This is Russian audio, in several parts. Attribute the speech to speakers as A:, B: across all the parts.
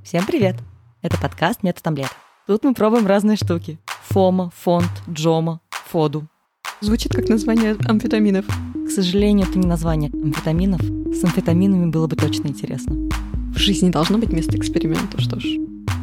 A: Всем привет! Это подкаст «Метод омлета». Тут мы пробуем разные штуки. Фома, фонт, джома, фоду.
B: Звучит как название амфетаминов.
A: К сожалению, это не название амфетаминов. С амфетаминами было бы точно интересно.
B: В жизни должно быть место эксперимента, что ж.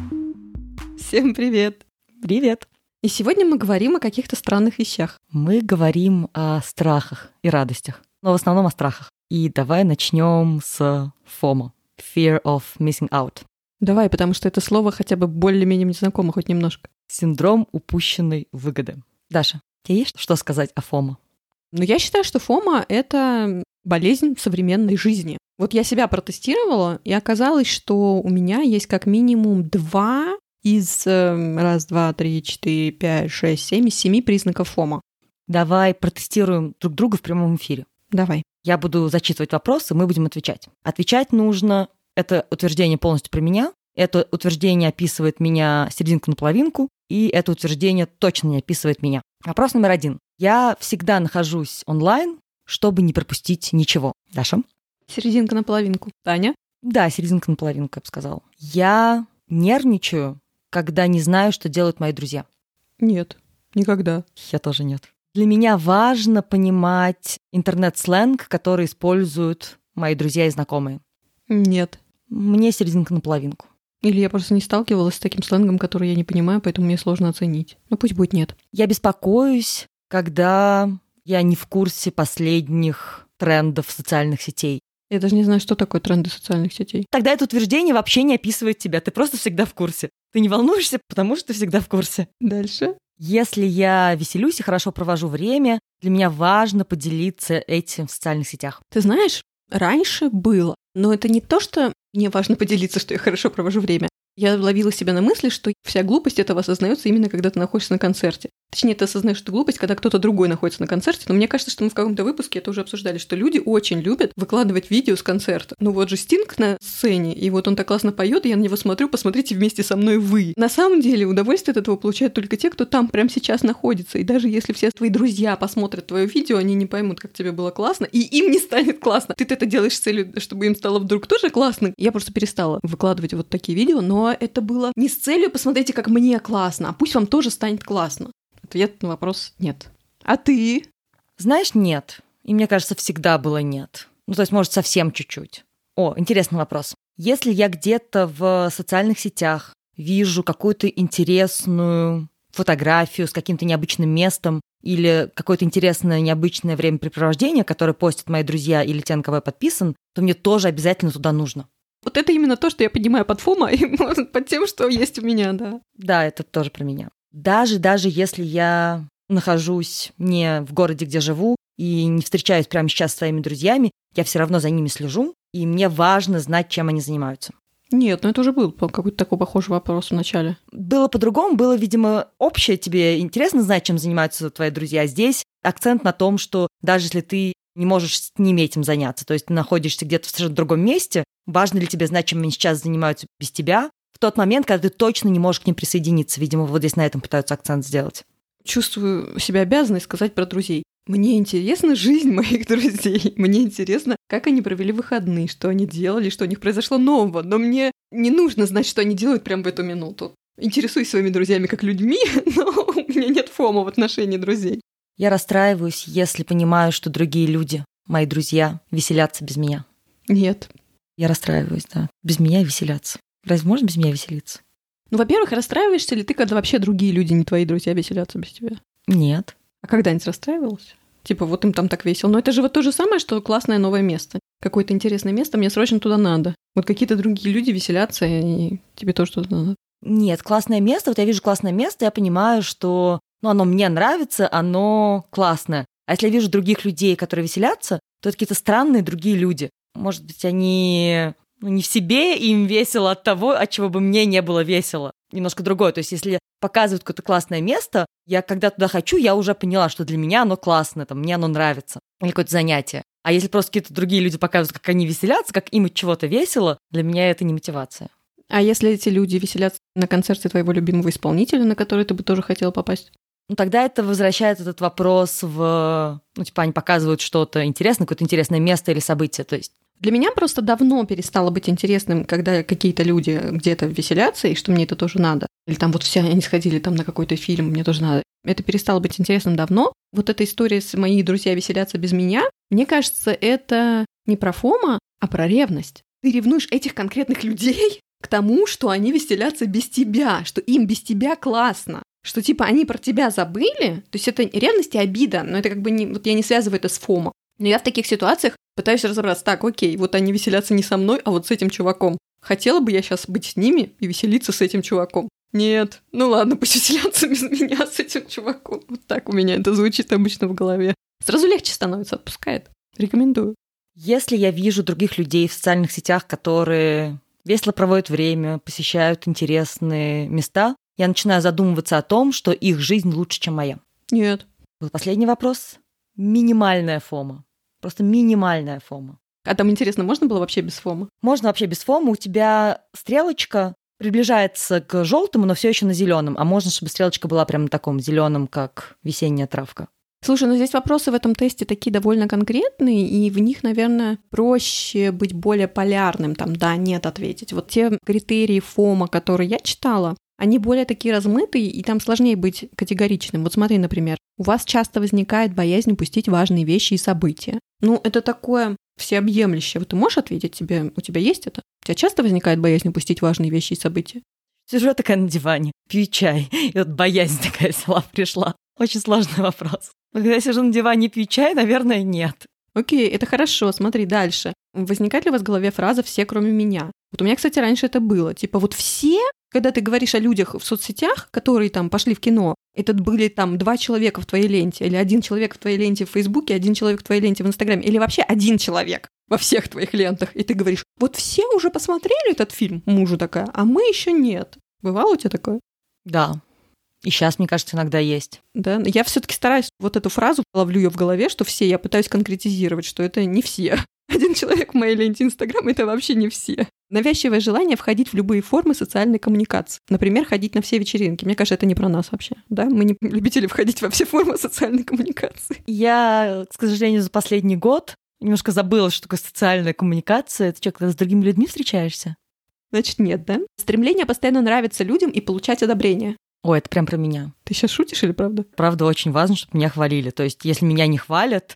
B: Всем привет!
A: Привет!
B: И сегодня мы говорим о каких-то странных вещах.
A: Мы говорим о страхах и радостях, но в основном о страхах. И давай начнем с FOMO. Fear of missing out.
B: Давай, потому что это слово хотя бы более-менее мне знакомо хоть немножко.
A: Синдром упущенной выгоды. Даша, тебе есть что сказать о FOMO?
B: Но я считаю, что FOMO — это болезнь современной жизни. Вот я себя протестировала, и оказалось, что у меня есть как минимум 2 из 1, 2, 3, 4, 5, 6, 7 из 7 признаков FOMO.
A: Давай протестируем друг друга в прямом эфире.
B: Давай.
A: Я буду зачитывать вопросы, мы будем отвечать. Отвечать нужно, это утверждение полностью про меня, это утверждение описывает меня серединку на половинку, и это утверждение точно не описывает меня. Вопрос номер 1. Я всегда нахожусь онлайн, чтобы не пропустить ничего. Даша?
B: Серединка на половинку. Таня?
A: Да, серединка на половинку, я бы сказала. Я нервничаю, когда не знаю, что делают мои друзья.
B: Нет, никогда.
A: Я тоже нет. Для меня важно понимать интернет-сленг, который используют мои друзья и знакомые.
B: Нет.
A: Мне серединка на половинку.
B: Или я просто не сталкивалась с таким сленгом, который я не понимаю, поэтому мне сложно оценить. Ну пусть будет нет.
A: Я беспокоюсь, когда я не в курсе последних трендов социальных сетей.
B: Я даже не знаю, что такое тренды социальных сетей.
A: Тогда это утверждение вообще не описывает тебя. Ты просто всегда в курсе. Ты не волнуешься, потому что ты всегда в курсе.
B: Дальше.
A: Если я веселюсь и хорошо провожу время, для меня важно поделиться этим в социальных сетях.
B: Ты знаешь, раньше было, но это не то, что мне важно поделиться, что я хорошо провожу время. Я ловила себя на мысли, что вся глупость этого осознается именно когда ты находишься на концерте. Точнее, ты осознаешь эту глупость, когда кто-то другой находится на концерте. Но мне кажется, что мы в каком-то выпуске это уже обсуждали, что люди очень любят выкладывать видео с концерта. Ну вот же Стинг на сцене, и вот он так классно поет, и я на него смотрю, посмотрите вместе со мной вы. На самом деле удовольствие от этого получают только те, кто там прямо сейчас находится. И даже если все твои друзья посмотрят твое видео, они не поймут, как тебе было классно, и им не станет классно. Ты это делаешь с целью, чтобы им стало вдруг тоже классно. Я просто перестала выкладывать вот такие видео, но это было не с целью «посмотрите, как мне классно», а пусть вам тоже станет классно. Ответ на вопрос — нет. А ты?
A: Знаешь, нет. И мне кажется, всегда было нет. Ну, то есть, может, совсем чуть-чуть. О, интересный вопрос. Если я где-то в социальных сетях вижу какую-то интересную фотографию с каким-то необычным местом или какое-то интересное необычное времяпрепровождение, которое постят мои друзья или те, на кого я подписан, то мне тоже обязательно туда нужно.
B: Вот это именно то, что я понимаю под FOMO и под тем, что есть у меня, да.
A: Да, это тоже про меня. Даже если я нахожусь не в городе, где живу, и не встречаюсь прямо сейчас со своими друзьями, я все равно за ними слежу, и мне важно знать, чем они занимаются.
B: Нет, ну это уже был какой-то такой похожий вопрос в начале.
A: Было по-другому, было, видимо, общее. Тебе интересно знать, чем занимаются твои друзья. Здесь акцент на том, что даже если ты не можешь с ними этим заняться, то есть ты находишься где-то в совершенно другом месте, важно ли тебе знать, чем они сейчас занимаются без тебя, в тот момент, когда ты точно не можешь к ним присоединиться. Видимо, вот здесь на этом пытаются акцент сделать.
B: Чувствую себя обязанной сказать про друзей. Мне интересна жизнь моих друзей. Мне интересно, как они провели выходные, что они делали, что у них произошло нового. Но мне не нужно знать, что они делают прямо в эту минуту. Интересуюсь своими друзьями как людьми, но у меня нет фома в отношении друзей.
A: Я расстраиваюсь, если понимаю, что другие люди, мои друзья, веселятся без меня.
B: Нет.
A: Я расстраиваюсь, да. Без меня веселятся. Разве можно без меня веселиться?
B: Ну, во-первых, расстраиваешься ли ты, когда вообще другие люди, не твои друзья, веселятся без тебя?
A: Нет.
B: А когда-нибудь расстраивалась? Типа, вот им там так весело. Но это же вот то же самое, что классное новое место. Какое-то интересное место, мне срочно туда надо. Вот какие-то другие люди веселятся, и тебе тоже туда надо.
A: Нет, классное место. Вот я вижу классное место, я понимаю, что оно мне нравится, оно классное. А если я вижу других людей, которые веселятся, то это какие-то странные другие люди. Может быть, они не в себе, им весело от того, от чего бы мне не было весело. Немножко другое. То есть если показывают какое-то классное место, я когда туда хочу, я уже поняла, что для меня оно классное, мне оно нравится. Или какое-то занятие. А если просто какие-то другие люди показывают, как они веселятся, как им от чего-то весело, для меня это не мотивация.
B: А если эти люди веселятся на концерте твоего любимого исполнителя, на который ты бы тоже хотела попасть?
A: Ну, тогда это возвращает этот вопрос в... Ну, типа, они показывают что-то интересное, какое-то интересное место или событие, то есть...
B: Для меня просто давно перестало быть интересным, когда какие-то люди где-то веселятся, и что мне это тоже надо. Или там вот все они сходили там на какой-то фильм, мне тоже надо. Это перестало быть интересным давно. Вот эта история с «мои друзья веселятся без меня», мне кажется, это не про фома, а про ревность. Ты ревнуешь этих конкретных людей к тому, что они веселятся без тебя, что им без тебя классно. Что типа они про тебя забыли, то есть это ревность и обида, но это как бы не... Вот я не связываю это с фомо. Но я в таких ситуациях пытаюсь разобраться. Так, окей, вот они веселятся не со мной, а вот с этим чуваком. Хотела бы я сейчас быть с ними и веселиться с этим чуваком? Нет. Ну ладно, пусть веселятся без меня с этим чуваком. Вот так у меня это звучит обычно в голове. Сразу легче становится, отпускает. Рекомендую.
A: Если я вижу других людей в социальных сетях, которые весело проводят время, посещают интересные места, я начинаю задумываться о том, что их жизнь лучше, чем моя.
B: Нет.
A: Был последний вопрос. Минимальная фома. Просто минимальная фома.
B: А там, интересно, можно было вообще без фома?
A: Можно вообще без фома. У тебя стрелочка приближается к желтому, но все еще на зеленом. А можно, чтобы стрелочка была прям на таком зеленом, как весенняя травка.
B: Слушай, ну здесь вопросы в этом тесте такие довольно конкретные, и в них, наверное, проще быть более полярным, там, да, нет ответить. Вот те критерии фома, которые я читала, они более такие размытые, и там сложнее быть категоричным. Вот смотри, например, у вас часто возникает боязнь упустить важные вещи и события. Ну, это такое всеобъемлющее. Вот ты можешь ответить себе, у тебя есть это? У тебя часто возникает боязнь упустить важные вещи и события?
A: Сижу я такая на диване, пью чай, и вот боязнь такая села пришла. Очень сложный вопрос. Но когда я сижу на диване и пью чай, наверное, нет.
B: Окей, это хорошо, смотри дальше. Возникает ли у вас в голове фраза «все, кроме меня»? Вот у меня, кстати, раньше это было. Типа вот все, когда ты говоришь о людях в соцсетях, которые там пошли в кино, это были там 2 человека в твоей ленте, или 1 человек в твоей ленте в Фейсбуке, 1 человек в твоей ленте в Инстаграме, или вообще 1 человек во всех твоих лентах. И ты говоришь, вот все уже посмотрели этот фильм, мужу такая, а мы еще нет. Бывало у тебя такое?
A: Да. И сейчас, мне кажется, иногда есть.
B: Да, я все-таки стараюсь вот эту фразу, ловлю ее в голове, что все, я пытаюсь конкретизировать, что это не все. 1 человек в моей ленте Инстаграм — это вообще не все. Навязчивое желание входить в любые формы социальной коммуникации. Например, ходить на все вечеринки. Мне кажется, это не про нас вообще. Да? Мы не любители входить во все формы социальной коммуникации.
A: Я, к сожалению, за последний год немножко забыла, что такое социальная коммуникация. Это что, когда с другими людьми встречаешься?
B: Значит, нет, да? Стремление постоянно нравиться людям и получать одобрение.
A: Ой, это прям про меня.
B: Ты сейчас шутишь или правда?
A: Правда, очень важно, чтобы меня хвалили. То есть, если меня не хвалят,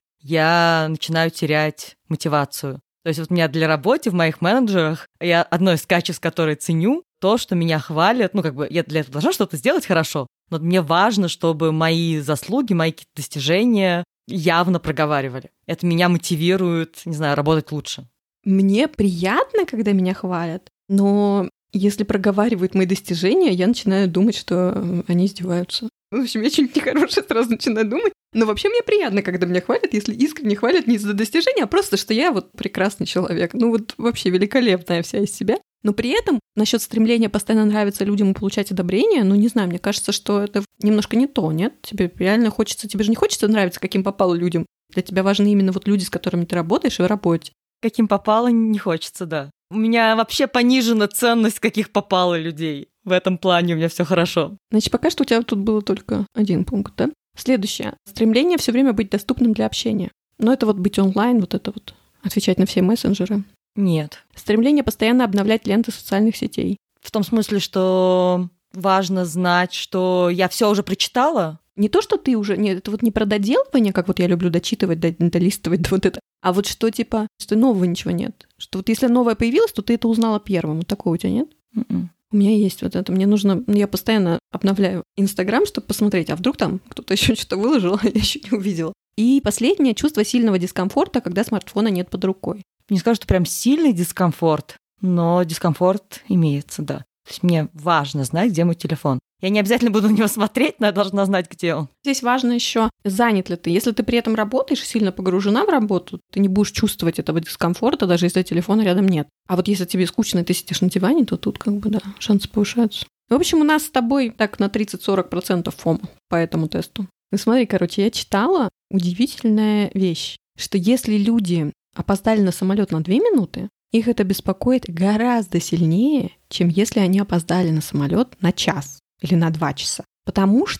A: я начинаю терять мотивацию. То есть вот у меня для работы в моих менеджерах, я одно из качеств, которые ценю, то, что меня хвалят. Ну, как бы я для этого должна что-то сделать хорошо, но мне важно, чтобы мои заслуги, мои какие-то достижения явно проговаривали. Это меня мотивирует, не знаю, работать лучше.
B: Мне приятно, когда меня хвалят, но если проговаривают мои достижения, я начинаю думать, что они издеваются. В общем, я что-нибудь нехорошее сразу начинаю думать. Но вообще мне приятно, когда меня хвалят, если искренне хвалят не за достижения, а просто, что я вот прекрасный человек. Ну вот вообще великолепная вся из себя. Но при этом насчет стремления постоянно нравиться людям и получать одобрение, ну не знаю, мне кажется, что это немножко не то, нет? Тебе реально хочется, тебе же не хочется нравиться, каким попало людям. Для тебя важны именно вот люди, с которыми ты работаешь и в работе.
A: Каким попало, не хочется, да. У меня вообще понижена ценность, каких попало людей. В этом плане у меня все хорошо.
B: Значит, пока что у тебя тут было только 1 пункт, да? Следующее. Стремление все время быть доступным для общения. Но это вот быть онлайн, вот это вот отвечать на все мессенджеры.
A: Нет.
B: Стремление постоянно обновлять ленты социальных сетей.
A: В том смысле, что важно знать, что я все уже прочитала.
B: Не то, что ты уже... Нет, это вот не про доделывание, как вот я люблю дочитывать, долистывать, да вот это. А вот что типа, что нового ничего нет. Что вот если новое появилось, то ты это узнала первым. Вот такого у тебя нет? У меня есть вот это. Мне нужно... Я постоянно обновляю Инстаграм, чтобы посмотреть, а вдруг там кто-то еще что-то выложил, а я еще не увидела. И последнее — чувство сильного дискомфорта, когда смартфона нет под рукой.
A: Не скажу, что прям сильный дискомфорт, но дискомфорт имеется, да. То есть мне важно знать, где мой телефон. Я не обязательно буду на него смотреть, но я должна знать, где он.
B: Здесь важно еще, занят ли ты. Если ты при этом работаешь, сильно погружена в работу, ты не будешь чувствовать этого дискомфорта, даже если телефона рядом нет. А вот если тебе скучно, и ты сидишь на диване, то тут как бы, да, шансы повышаются. В общем, у нас с тобой так на 30-40% фома по этому тесту. Ну смотри, короче, я читала удивительная вещь, что если люди опоздали на самолет на 2 минуты, их это беспокоит гораздо сильнее, чем если они опоздали на самолет на час или на 2 часа. Потому что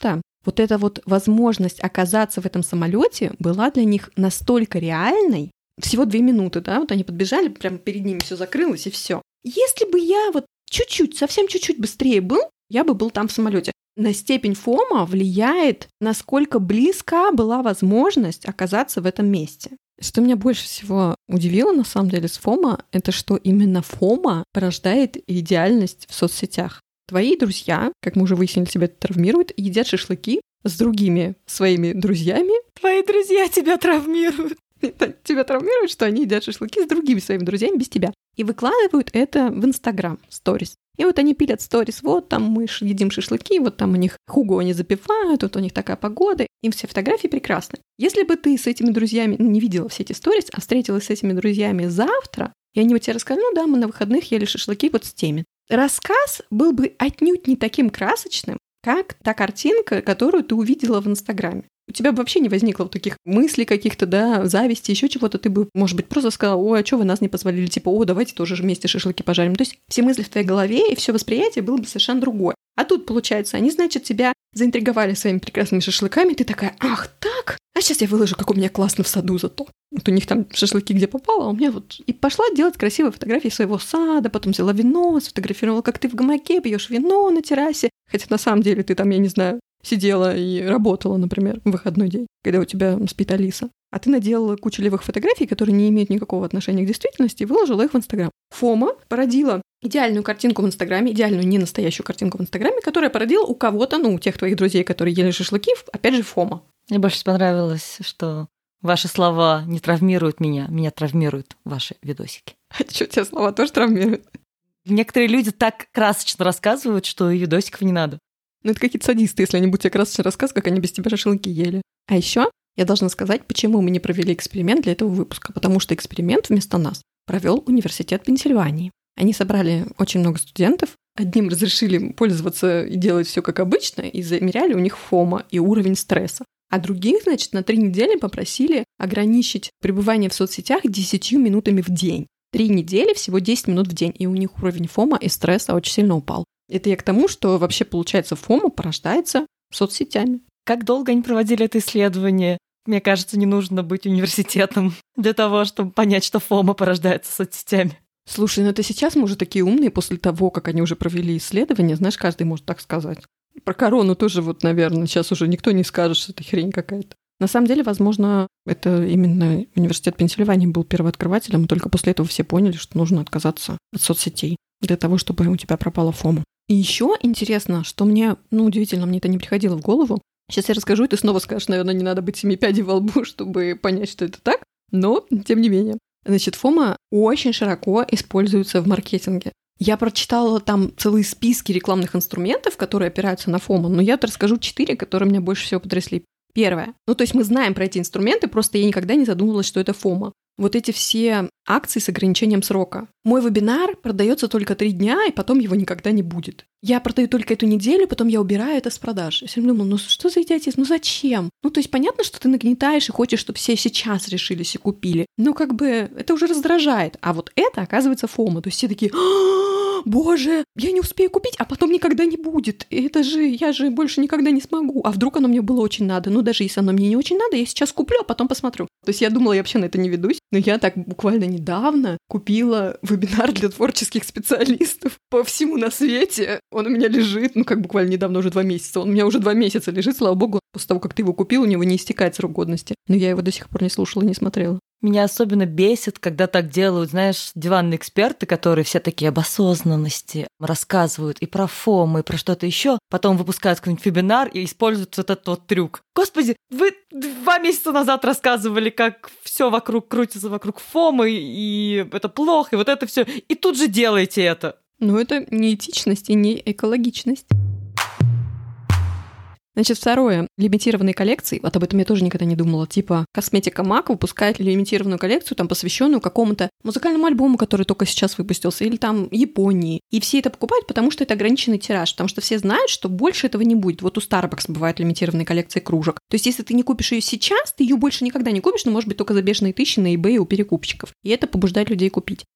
B: вот эта вот возможность оказаться в этом самолете была для них настолько реальной. Всего 2 минуты, да, вот они подбежали, прямо перед ними все закрылось, и все. Если бы я вот чуть-чуть, совсем чуть-чуть быстрее был, я бы был там в самолете. На степень фома влияет, насколько близка была возможность оказаться в этом месте. Что меня больше всего удивило, на самом деле, с фома, это что именно фома порождает идеальность в соцсетях. Твои друзья, как мы уже выяснили, тебя травмируют, едят шашлыки с другими своими друзьями.
A: Твои друзья тебя травмируют.
B: Тебя травмирует, что они едят шашлыки с другими своими друзьями без тебя. И выкладывают это в Инстаграм, сторис. И вот они пилят сторис, вот там мы едим шашлыки, вот там у них хугу они запивают, вот у них такая погода, им все фотографии прекрасны. Если бы ты с этими друзьями, не видела все эти сторис, а встретилась с этими друзьями завтра, и они бы тебе рассказали, ну да, мы на выходных ели шашлыки вот с теми. Рассказ был бы отнюдь не таким красочным, как та картинка, которую ты увидела в Инстаграме. У тебя бы вообще не возникло вот таких мыслей каких-то, да, зависти, еще чего-то. Ты бы, может быть, просто сказала, ой, а что вы нас не позвали? Или типа, о, давайте тоже вместе шашлыки пожарим. То есть все мысли в твоей голове и все восприятие было бы совершенно другое. А тут, получается, они, значит, тебя заинтриговали своими прекрасными шашлыками, ты такая, ах, так? А сейчас я выложу, как у меня классно в саду зато. Вот у них там шашлыки где попало, а у меня вот... И пошла делать красивые фотографии своего сада, потом взяла вино, сфотографировала, как ты в гамаке пьешь вино на террасе. Хотя на самом деле ты там, я не знаю, сидела и работала, например, в выходной день, когда у тебя спит Алиса. А ты наделала кучу левых фотографий, которые не имеют никакого отношения к действительности, и выложила их в Инстаграм. Фома породила идеальную картинку в Инстаграме, идеальную не настоящую картинку в Инстаграме, которая породила у кого-то, ну, у тех твоих друзей, которые ели шашлыки, опять же, Фома.
A: Мне больше понравилось, что ваши слова не травмируют меня, меня травмируют ваши видосики.
B: А что, тебя слова тоже травмируют?
A: Некоторые люди так красочно рассказывают, что и видосиков не надо.
B: Ну, это какие-то садисты, если они будут тебе красочно рассказывать, как они без тебя шашлыки ели. А еще я должна сказать, почему мы не провели эксперимент для этого выпуска. Потому что эксперимент вместо нас провел Университет Пенсильвании. Они собрали очень много студентов. Одним разрешили пользоваться и делать все как обычно, и замеряли у них фома и уровень стресса. А других, значит, на 3 недели попросили ограничить пребывание в соцсетях 10 минутами в день. 3 недели, всего 10 минут в день. И у них уровень фома и стресса очень сильно упал. Это я к тому, что вообще, получается, фома порождается соцсетями.
A: Как долго они проводили это исследование? Мне кажется, не нужно быть университетом для того, чтобы понять, что фома порождается соцсетями.
B: Слушай, ну это сейчас мы уже такие умные после того, как они уже провели исследование. Знаешь, каждый может так сказать. Про корону тоже вот, наверное, сейчас уже никто не скажет, что это хрень какая-то. На самом деле, возможно, это именно Университет Пенсильвании был первооткрывателем, и только после этого все поняли, что нужно отказаться от соцсетей для того, чтобы у тебя пропала фома. И еще интересно, что мне, удивительно, мне это не приходило в голову. Сейчас я расскажу, и ты снова скажешь, наверное, не надо быть 7 пядей во лбу, чтобы понять, что это так, но тем не менее. Значит, фома очень широко используется в маркетинге. Я прочитала там целые списки рекламных инструментов, которые опираются на фому, но я расскажу 4, которые меня больше всего потрясли. Первое. То есть мы знаем про эти инструменты, просто я никогда не задумывалась, что это фома. Вот эти все акции с ограничением срока. Мой вебинар продается только 3 дня, и потом его никогда не будет. Я продаю только эту неделю, потом я убираю это с продаж. Я все время думала, что за идиотизм, зачем? То есть понятно, что ты нагнетаешь и хочешь, чтобы все сейчас решились и купили. Но это уже раздражает. А вот это, оказывается, фома. То есть все такие, боже, я не успею купить, а потом никогда не будет. Я же больше никогда не смогу. А вдруг оно мне было очень надо? Даже если оно мне не очень надо, я сейчас куплю, а потом посмотрю. То есть я думала, я вообще на это не ведусь. Но я так буквально недавно купила вебинар для творческих специалистов по всему на свете. Он у меня лежит, буквально недавно, уже 2 месяца. Он у меня уже 2 месяца лежит, слава богу. После того, как ты его купил, у него не истекает срок годности. Но я его до сих пор не слушала и не смотрела.
A: Меня особенно бесит, когда так делают, знаешь, диванные эксперты, которые все такие об осознанности рассказывают и про фому, и про что-то еще, потом выпускают какой-нибудь вебинар и используют вот этот вот трюк. Господи, вы 2 месяца назад рассказывали, как все вокруг крутится вокруг фомы, и это плохо, и вот это все, и тут же делаете это.
B: Это не этичность и не экологичность. Значит, второе. Лимитированные коллекции. Вот об этом я тоже никогда не думала. Типа косметика MAC выпускает лимитированную коллекцию, посвященную какому-то музыкальному альбому, который только сейчас выпустился, или Японии. И все это покупают, потому что это ограниченный тираж, потому что все знают, что больше этого не будет. Вот у Starbucks бывают лимитированные коллекции кружек. То есть, если ты не купишь ее сейчас, ты ее больше никогда не купишь, но, может быть, только за бешеные тысячи на eBay у перекупщиков. И это побуждает людей купить.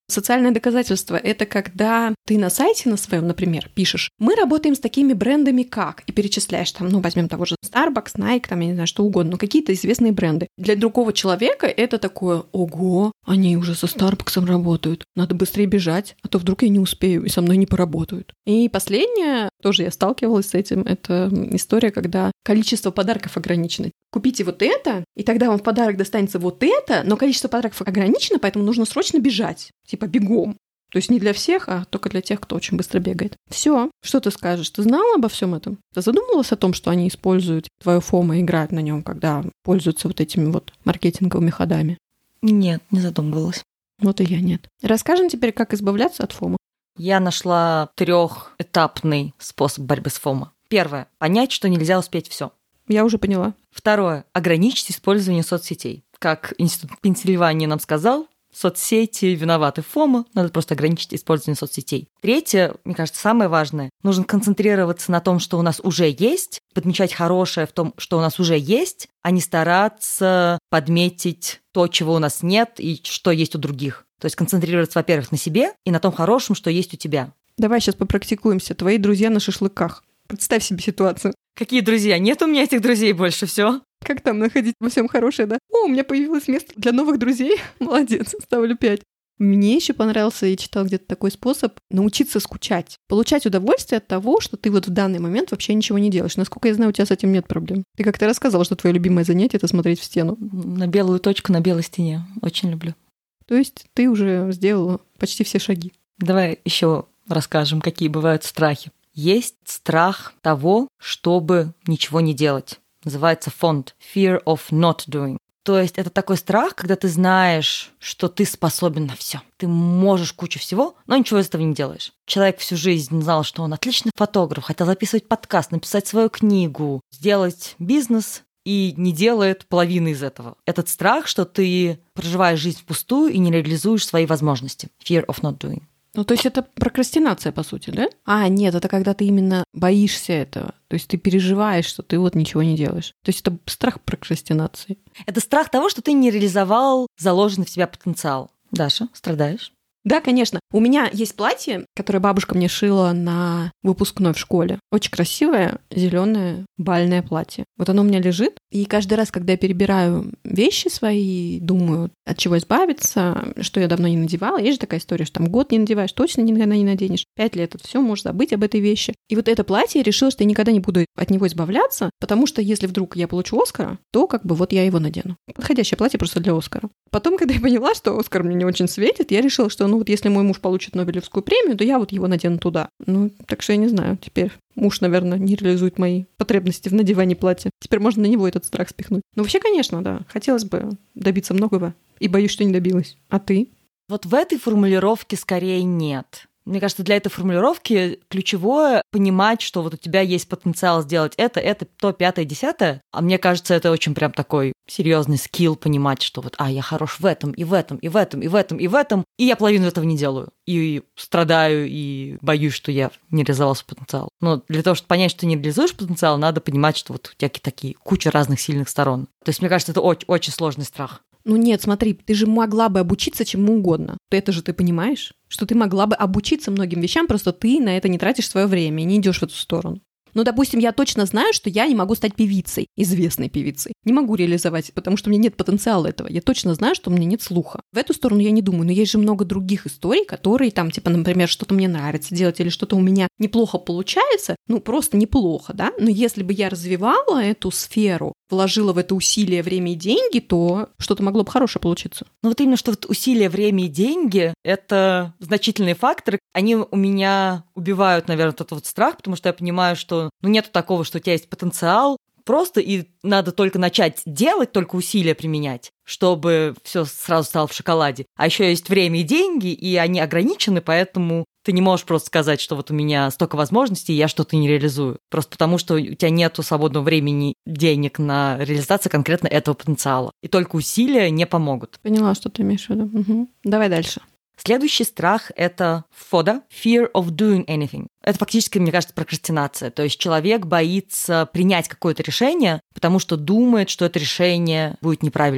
B: Социальное доказательство — это когда ты на сайте на своем, например, пишешь: мы работаем с такими брендами как, и перечисляешь там, возьмем того же Starbucks, Nike, там, я не знаю, что угодно, но какие-то известные бренды. Для другого человека это такое: ого, они уже со Starbucks работают, надо быстрее бежать, а то вдруг я не успею и со мной не поработают. И последнее, тоже я сталкивалась с этим, это история, когда количество подарков ограничено. Купите вот это, и тогда вам в подарок достанется вот это, но количество подарков ограничено, поэтому нужно срочно бежать, типа бегом. То есть не для всех, а только для тех, кто очень быстро бегает. Все. Что ты скажешь? Ты знала обо всем этом? Ты задумывалась о том, что они используют твое ФОМО и играют на нем, когда пользуются вот этими вот маркетинговыми ходами?
A: Нет, не задумывалась.
B: Вот и я нет. Расскажем теперь, как избавляться от ФОМО.
A: Я нашла 3-этапный способ борьбы с ФОМО. Первое. Понять, что нельзя успеть все.
B: Я уже поняла.
A: Второе. Ограничить использование соцсетей. Как Институт Пенсильвании нам сказал, соцсети виноваты в ФОМО, надо просто ограничить использование соцсетей. Третье, мне кажется, самое важное. Нужно концентрироваться на том, что у нас уже есть, подмечать хорошее в том, что у нас уже есть, а не стараться подметить то, чего у нас нет и что есть у других. То есть концентрироваться, во-первых, на себе и на том хорошем, что есть у тебя.
B: Давай сейчас попрактикуемся. Твои друзья на шашлыках. Представь себе ситуацию.
A: Какие друзья? Нет у меня этих друзей больше, все.
B: Как там находить во всем хорошее, да? О, у меня появилось место для новых друзей. Молодец, ставлю 5. Мне еще понравился, я читала где-то такой способ, научиться скучать. Получать удовольствие от того, что ты вот в данный момент вообще ничего не делаешь. Насколько я знаю, у тебя с этим нет проблем. Ты как-то рассказывала, что твое любимое занятие — это смотреть в стену.
A: На белую точку на белой стене. Очень люблю.
B: То есть ты уже сделала почти все шаги.
A: Давай еще расскажем, какие бывают страхи. Есть страх того, чтобы ничего не делать. Называется FONT – Fear of Not Doing. То есть это такой страх, когда ты знаешь, что ты способен на все. Ты можешь кучу всего, но ничего из этого не делаешь. Человек всю жизнь знал, что он отличный фотограф, хотел записывать подкаст, написать свою книгу, сделать бизнес и не делает половины из этого. Этот страх, что ты проживаешь жизнь впустую и не реализуешь свои возможности. Fear of Not Doing.
B: Ну, то есть это прокрастинация, по сути, да? А, нет, это когда ты именно боишься этого. То есть ты переживаешь, что ты вот ничего не делаешь. То есть это страх прокрастинации.
A: Это страх того, что ты не реализовал заложенный в тебя потенциал. Даша, страдаешь?
B: Да, конечно. У меня есть платье, которое бабушка мне шила на выпускной в школе. Очень красивое, зеленое бальное платье. Вот оно у меня лежит, и каждый раз, когда я перебираю вещи свои, думаю, от чего избавиться, что я давно не надевала. Есть же такая история, что там год не надеваешь, точно никогда не наденешь. 5 лет это все, можешь забыть об этой вещи. И вот это платье я решила, что я никогда не буду от него избавляться, потому что если вдруг я получу Оскара, то как бы вот я его надену. Подходящее платье просто для Оскара. Потом, когда я поняла, что Оскар мне не очень светит, я решила, что вот если мой муж получит Нобелевскую премию, то я вот его надену туда. Так что я не знаю, теперь муж, наверное, не реализует мои потребности в надевании платья. Теперь можно на него этот страх спихнуть. Вообще, конечно, да, хотелось бы добиться многого, и боюсь, что не добилась. А ты?
A: Вот в этой формулировке скорее нет. Мне кажется, для этой формулировки ключевое понимать, что вот у тебя есть потенциал сделать это, то, 5, 10. А мне кажется, это очень прям такой серьезный скилл понимать, что вот, я хорош в этом, и в этом, и в этом, и в этом, и в этом, и я половину этого не делаю. И страдаю, и боюсь, что я не реализовал свой потенциал. Но для того, чтобы понять, что ты не реализуешь потенциал, надо понимать, что вот у тебя такие куча разных сильных сторон. То есть, мне кажется, это очень, очень сложный страх.
B: Нет, смотри, ты же могла бы обучиться чему угодно. Это же ты понимаешь, что ты могла бы обучиться многим вещам, просто ты на это не тратишь свое время и не идешь в эту сторону. Допустим, я точно знаю, что я не могу стать певицей, известной певицей. Не могу реализовать, потому что у меня нет потенциала этого. Я точно знаю, что у меня нет слуха. В эту сторону я не думаю, но есть же много других историй, которые там, например, что-то мне нравится делать или что-то у меня неплохо получается, просто неплохо, да? Но если бы я развивала эту сферу, вложила в это усилия, время и деньги, то что-то могло бы хорошее получиться.
A: Вот именно, что вот усилия, время и деньги — это значительные факторы. Они у меня убивают, наверное, этот вот страх, потому что я понимаю, что нету такого, что у тебя есть потенциал, просто и надо только начать делать, только усилия применять, чтобы все сразу стало в шоколаде. А еще есть время и деньги, и они ограничены, поэтому ты не можешь просто сказать, что вот у меня столько возможностей, и я что-то не реализую. Просто потому, что у тебя нету свободного времени, денег на реализацию конкретно этого потенциала. И только усилия не помогут.
B: Поняла, что ты имеешь в виду. Угу. Давай дальше.
A: Следующий страх – это FODA – Fear of Doing Anything. Это фактически, мне кажется, прокрастинация. То есть человек боится принять какое-то решение, потому что думает, что это решение будет неправильным.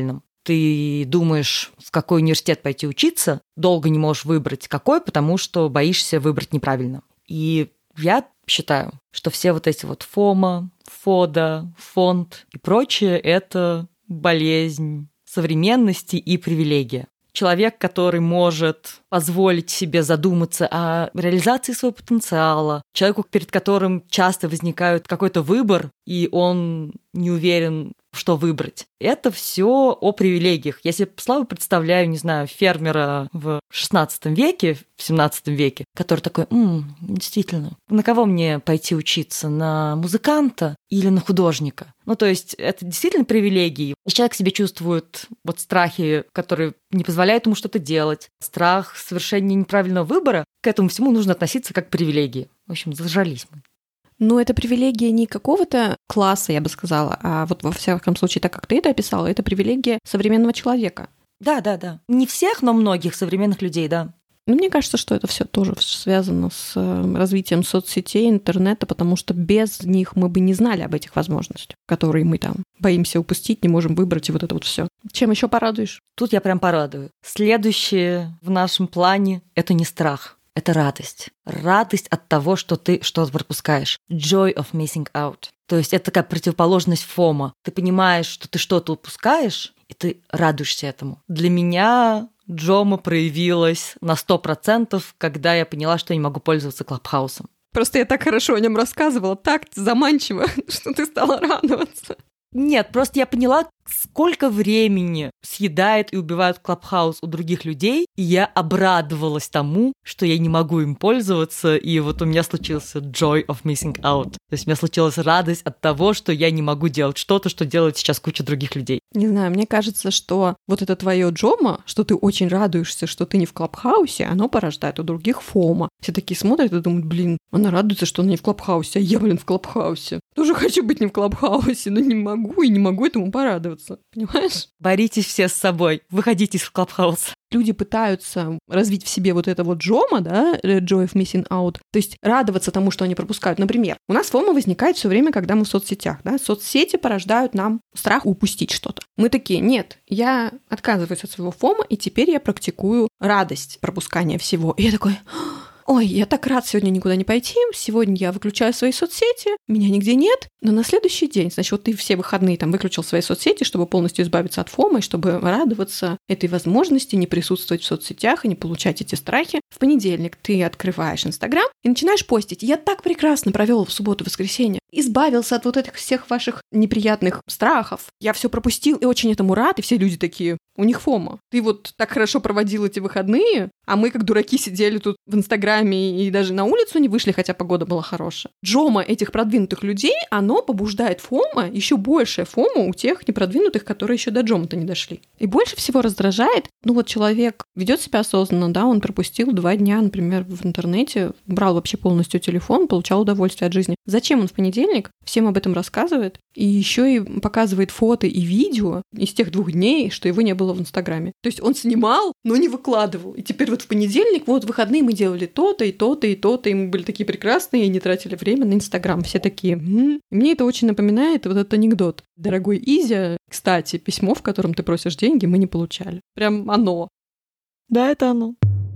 A: ты думаешь, в какой университет пойти учиться, долго не можешь выбрать какой, потому что боишься выбрать неправильно. И я считаю, что все вот эти вот ФОМа, ФОДа, фонд и прочее — это болезнь современности и привилегия. Человек, который может позволить себе задуматься о реализации своего потенциала, человеку, перед которым часто возникает какой-то выбор, и он не уверен, что выбрать. Это все о привилегиях. Я себе слабо представляю, не знаю, фермера в XVI веке, в XVII веке, который такой: действительно, на кого мне пойти учиться? На музыканта или на художника? Ну, то есть это действительно привилегии. И человек себе чувствует вот страхи, которые не позволяют ему что-то делать, страх совершения неправильного выбора. К этому всему нужно относиться как к привилегии. В общем, зажрались мы.
B: Но это привилегия не какого-то класса, я бы сказала, а вот во всяком случае, так как ты это описала, это привилегия современного человека.
A: Да. Не всех, но многих современных людей, да.
B: Ну, мне кажется, что это все тоже связано с развитием соцсетей, интернета, потому что без них мы бы не знали об этих возможностях, которые мы там боимся упустить, не можем выбрать, и вот это вот все. Чем еще порадуешь?
A: Тут я прям порадую. Следующее в нашем плане — это не страх. Это радость. Радость от того, что ты что-то пропускаешь. Joy of missing out. То есть это такая противоположность фома. Ты понимаешь, что ты что-то упускаешь, и ты радуешься этому. Для меня джома проявилась на 100%, когда я поняла, что я не могу пользоваться Клабхаусом.
B: Просто я так хорошо о нем рассказывала, так заманчиво, что ты стала радоваться.
A: Нет, просто я поняла, сколько времени съедает и убивает Клабхаус у других людей, и я обрадовалась тому, что я не могу им пользоваться, и вот у меня случился joy of missing out. То есть у меня случилась радость от того, что я не могу делать что-то, что делает сейчас куча других людей.
B: Не знаю, мне кажется, что вот это твое джома, что ты очень радуешься, что ты не в Клабхаусе, оно порождает у других фома. Все такие смотрят и думают: блин, она радуется, что она не в Клабхаусе, а я, в Клабхаусе. Тоже хочу быть не в Клабхаусе, но не могу и не могу этому порадоваться. Понимаешь?
A: Боритесь все с собой, выходите из Клабхауса.
B: Люди пытаются развить в себе вот это вот джома, да, joy of missing out, то есть радоваться тому, что они пропускают. Например, у нас фома возникает все время, когда мы в соцсетях, да, соцсети порождают нам страх упустить что-то. Мы такие: нет, я отказываюсь от своего фома, и теперь я практикую радость пропускания всего. И я такой: ой, я так рад сегодня никуда не пойти, сегодня я выключаю свои соцсети, меня нигде нет, но на следующий день, значит, вот ты все выходные там выключил свои соцсети, чтобы полностью избавиться от фома, и чтобы радоваться этой возможности не присутствовать в соцсетях и не получать эти страхи. В понедельник ты открываешь Инстаграм и начинаешь постить: я так прекрасно провел в субботу-воскресенье, избавился от вот этих всех ваших неприятных страхов, я все пропустил и очень этому рад, и все люди такие: у них фома. Ты вот так хорошо проводил эти выходные, а мы как дураки сидели тут в Инстаграме и даже на улицу не вышли, хотя погода была хорошая. Джома этих продвинутых людей, оно побуждает фома, еще большая фома у тех непродвинутых, которые еще до джома-то не дошли. И больше всего раздражает, вот человек ведет себя осознанно, да, он пропустил 2 дня, например, в интернете, брал вообще полностью телефон, получал удовольствие от жизни. Зачем он в понедельник всем об этом рассказывает и еще и показывает фото и видео из тех 2 дней, что его не было в Инстаграме? То есть он снимал, но не выкладывал. И теперь вот в понедельник, вот в выходные мы делали то-то и то-то и то-то, и мы были такие прекрасные и не тратили время на Инстаграм. Все такие: И мне это очень напоминает вот этот анекдот. Дорогой Изя, кстати, письмо, в котором ты просишь деньги, мы не получали. Прям оно.
A: Да, это оно.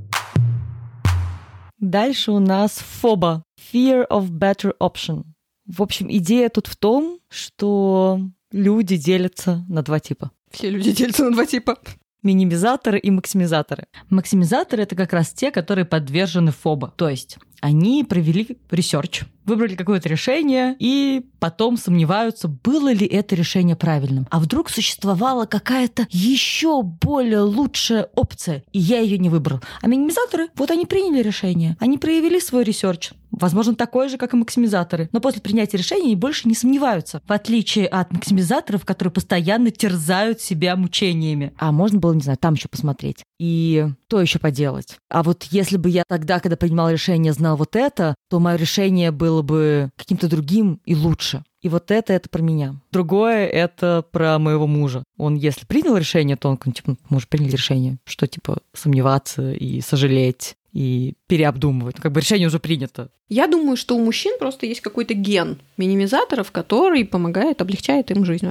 A: Дальше у нас фоба. Fear of better option. В общем, идея тут в том, что люди делятся на 2 типа.
B: Все люди делятся на 2 типа.
A: Минимизаторы и максимизаторы. Максимизаторы — это как раз те, которые подвержены фоба. То есть они провели ресерч, выбрали какое-то решение и потом сомневаются, было ли это решение правильным. А вдруг существовала какая-то еще более лучшая опция, и я ее не выбрал. А минимизаторы, вот они приняли решение, они проявили свой ресерч. Возможно, такой же, как и максимизаторы. Но после принятия решения они больше не сомневаются. В отличие от максимизаторов, которые постоянно терзают себя мучениями. А можно было, не знаю, там еще посмотреть. И то еще поделать. А вот если бы я тогда, когда принимал решение, знал вот это, то мое решение было бы каким-то другим и лучше. И вот это про меня. Другое — это про моего мужа. Он, если принял решение, то он, типа, мы уже приняли решение, что, типа, сомневаться и сожалеть, и переобдумывать. Как бы решение уже принято.
B: Я думаю, что у мужчин просто есть какой-то ген минимизаторов, который помогает, облегчает им жизнь вообще.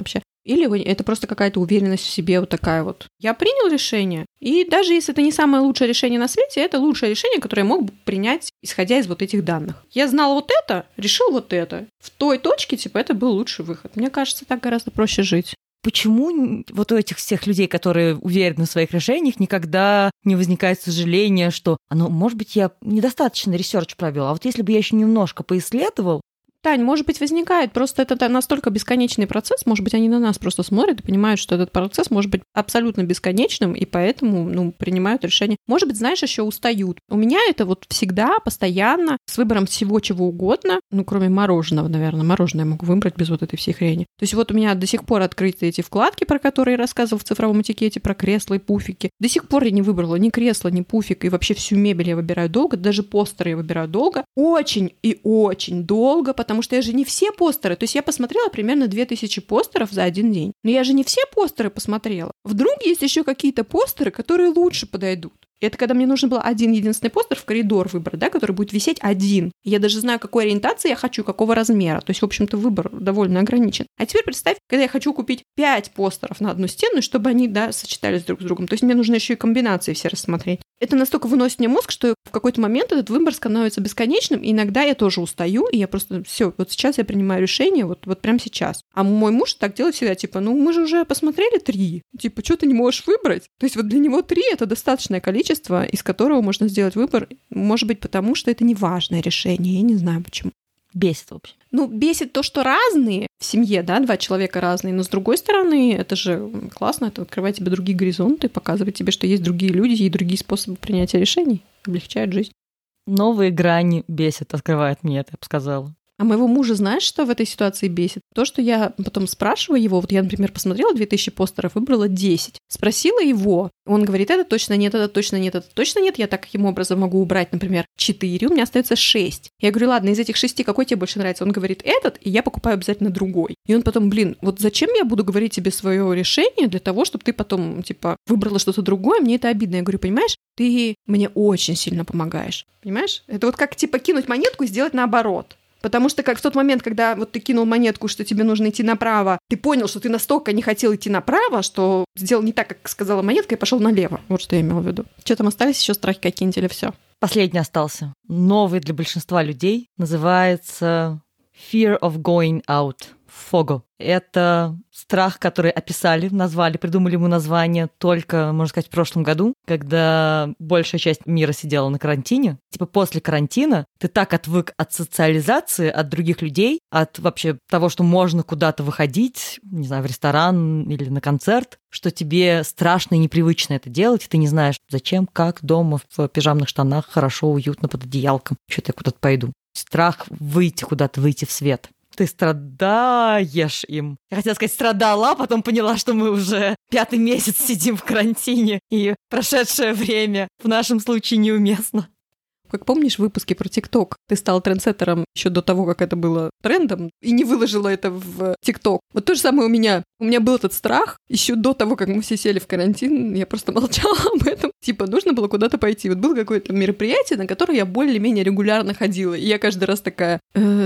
B: Или это просто какая-то уверенность в себе вот такая вот. Я принял решение, и даже если это не самое лучшее решение на свете, это лучшее решение, которое я мог бы принять, исходя из вот этих данных. Я знал вот это, решил вот это. В той точке, типа, это был лучший выход. Мне кажется, так гораздо проще жить.
A: Почему вот у этих всех людей, которые уверены в своих решениях, никогда не возникает сожаления, что, может быть, я недостаточно ресерч провел, а вот если бы я еще немножко поисследовал.
B: Тань, может быть, возникает, просто это настолько бесконечный процесс, может быть, они на нас просто смотрят и понимают, что этот процесс может быть абсолютно бесконечным, и поэтому, принимают решение. Может быть, знаешь, еще устают. У меня это вот всегда, постоянно, с выбором всего чего угодно, кроме мороженого, наверное. Мороженое я могу выбрать без вот этой всей хрени. То есть вот у меня до сих пор открыты эти вкладки, про которые я рассказывала в цифровом этикете, про кресла и пуфики. До сих пор я не выбрала ни кресло, ни пуфик, и вообще всю мебель я выбираю долго, даже постеры я выбираю долго. Очень и очень долго, потому что я же не все постеры, то есть я посмотрела примерно 2000 постеров за один день. Но я же не все постеры посмотрела. Вдруг есть еще какие-то постеры, которые лучше подойдут. Это когда мне нужен был один единственный постер в коридор выбрать, да, который будет висеть один. И я даже знаю, какой ориентации я хочу, какого размера. То есть, в общем-то, выбор довольно ограничен. А теперь представь, когда я хочу купить 5 постеров на одну стену, чтобы они, сочетались друг с другом. То есть мне нужно еще и комбинации все рассмотреть. Это настолько выносит мне мозг, что в какой-то момент этот выбор становится бесконечным, и иногда я тоже устаю, и я просто все, вот сейчас я принимаю решение, вот прямо сейчас. А мой муж так делает всегда, типа, мы же уже посмотрели 3, типа, что ты не можешь выбрать? То есть вот для него 3 — это достаточное количество, из которого можно сделать выбор, может быть, потому что это не важное решение, я не знаю почему.
A: Бесит, в общем.
B: Бесит то, что разные в семье, да, 2 человека разные, но с другой стороны, это же классно, это открывает тебе другие горизонты, показывает тебе, что есть другие люди и другие способы принятия решений, облегчает жизнь.
A: Новые грани бесит, открывает мне это, я бы сказала.
B: А моего мужа, знаешь, что в этой ситуации бесит? То, что я потом спрашиваю его, вот я, например, посмотрела 2000 постеров, выбрала 10. Спросила его, он говорит, это точно нет, это точно нет, это точно нет. Я таким образом могу убрать, например, 4, у меня остается 6. Я говорю, ладно, из этих 6 какой тебе больше нравится? Он говорит, этот, и я покупаю обязательно другой. И он потом, вот зачем я буду говорить тебе свое решение для того, чтобы ты потом, выбрала что-то другое, мне это обидно. Я говорю, понимаешь, ты мне очень сильно помогаешь. Понимаешь? Это вот как, кинуть монетку и сделать наоборот. Потому что как в тот момент, когда вот ты кинул монетку, что тебе нужно идти направо, ты понял, что ты настолько не хотел идти направо, что сделал не так, как сказала монетка, и пошел налево. Вот что я имела в виду. Что там остались еще страхи какие-нибудь или все?
A: Последний остался. Новый для большинства людей. Называется Fear of Going Out. FOGO. Это страх, который назвали, придумали ему название только, можно сказать, в прошлом году, когда большая часть мира сидела на карантине. После карантина ты так отвык от социализации, от других людей, от вообще того, что можно куда-то выходить, не знаю, в ресторан или на концерт, что тебе страшно и непривычно это делать, и ты не знаешь, зачем, как, дома в пижамных штанах, хорошо, уютно, под одеялком, что-то я куда-то пойду. Страх выйти куда-то, выйти в свет. Ты страдаешь им. Я хотела сказать, страдала, а потом поняла, что мы уже 5-й месяц сидим в карантине, и прошедшее время в нашем случае неуместно.
B: Как помнишь в выпуске про ТикТок, ты стал трендсеттером еще до того, как это было трендом, и не выложила это в ТикТок. Вот то же самое у меня. У меня был этот страх еще до того, как мы все сели в карантин, я просто молчала об этом. Нужно было куда-то пойти. Вот было какое-то мероприятие, на которое я более-менее регулярно ходила. И я каждый раз такая,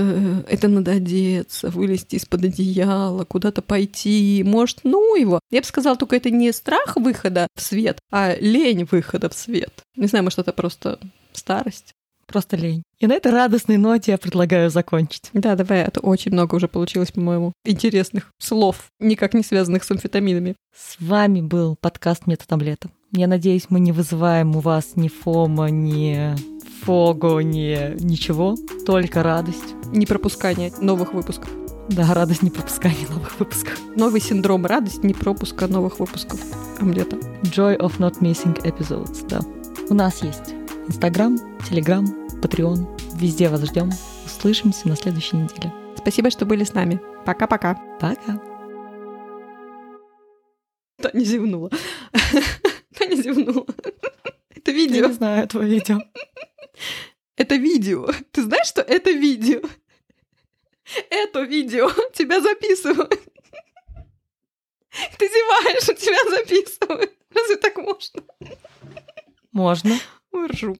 B: это надо одеться, вылезти из-под одеяла, куда-то пойти, может, его. Я бы сказала, только это не страх выхода в свет, а лень выхода в свет. Не знаю, может, это просто старость.
A: Просто лень. И на этой радостной ноте я предлагаю закончить.
B: Да, давай, это очень много уже получилось, по-моему, интересных слов, никак не связанных с амфетаминами.
A: С вами был подкаст «Метатаблета». Я надеюсь, мы не вызываем у вас ни фома, ни фого, ни ничего, только радость.
B: Непропускание новых выпусков.
A: Да, радость непропускания новых выпусков.
B: Новый синдром радость непропуска новых выпусков омлета.
A: Joy of not missing episodes, да. У нас есть Инстаграм, Телеграм, Патреон. Везде вас ждем. Услышимся на следующей неделе.
B: Спасибо, что были с нами. Пока-пока.
A: Пока.
B: Таня зевнула. Таня зевнула. Это видео.
A: Я не знаю твое видео.
B: Это видео. Ты знаешь, что это видео? Это видео. Тебя записывают. Ты зеваешь, тебя записывают. Разве так можно?
A: Можно.
B: Ой, ржу.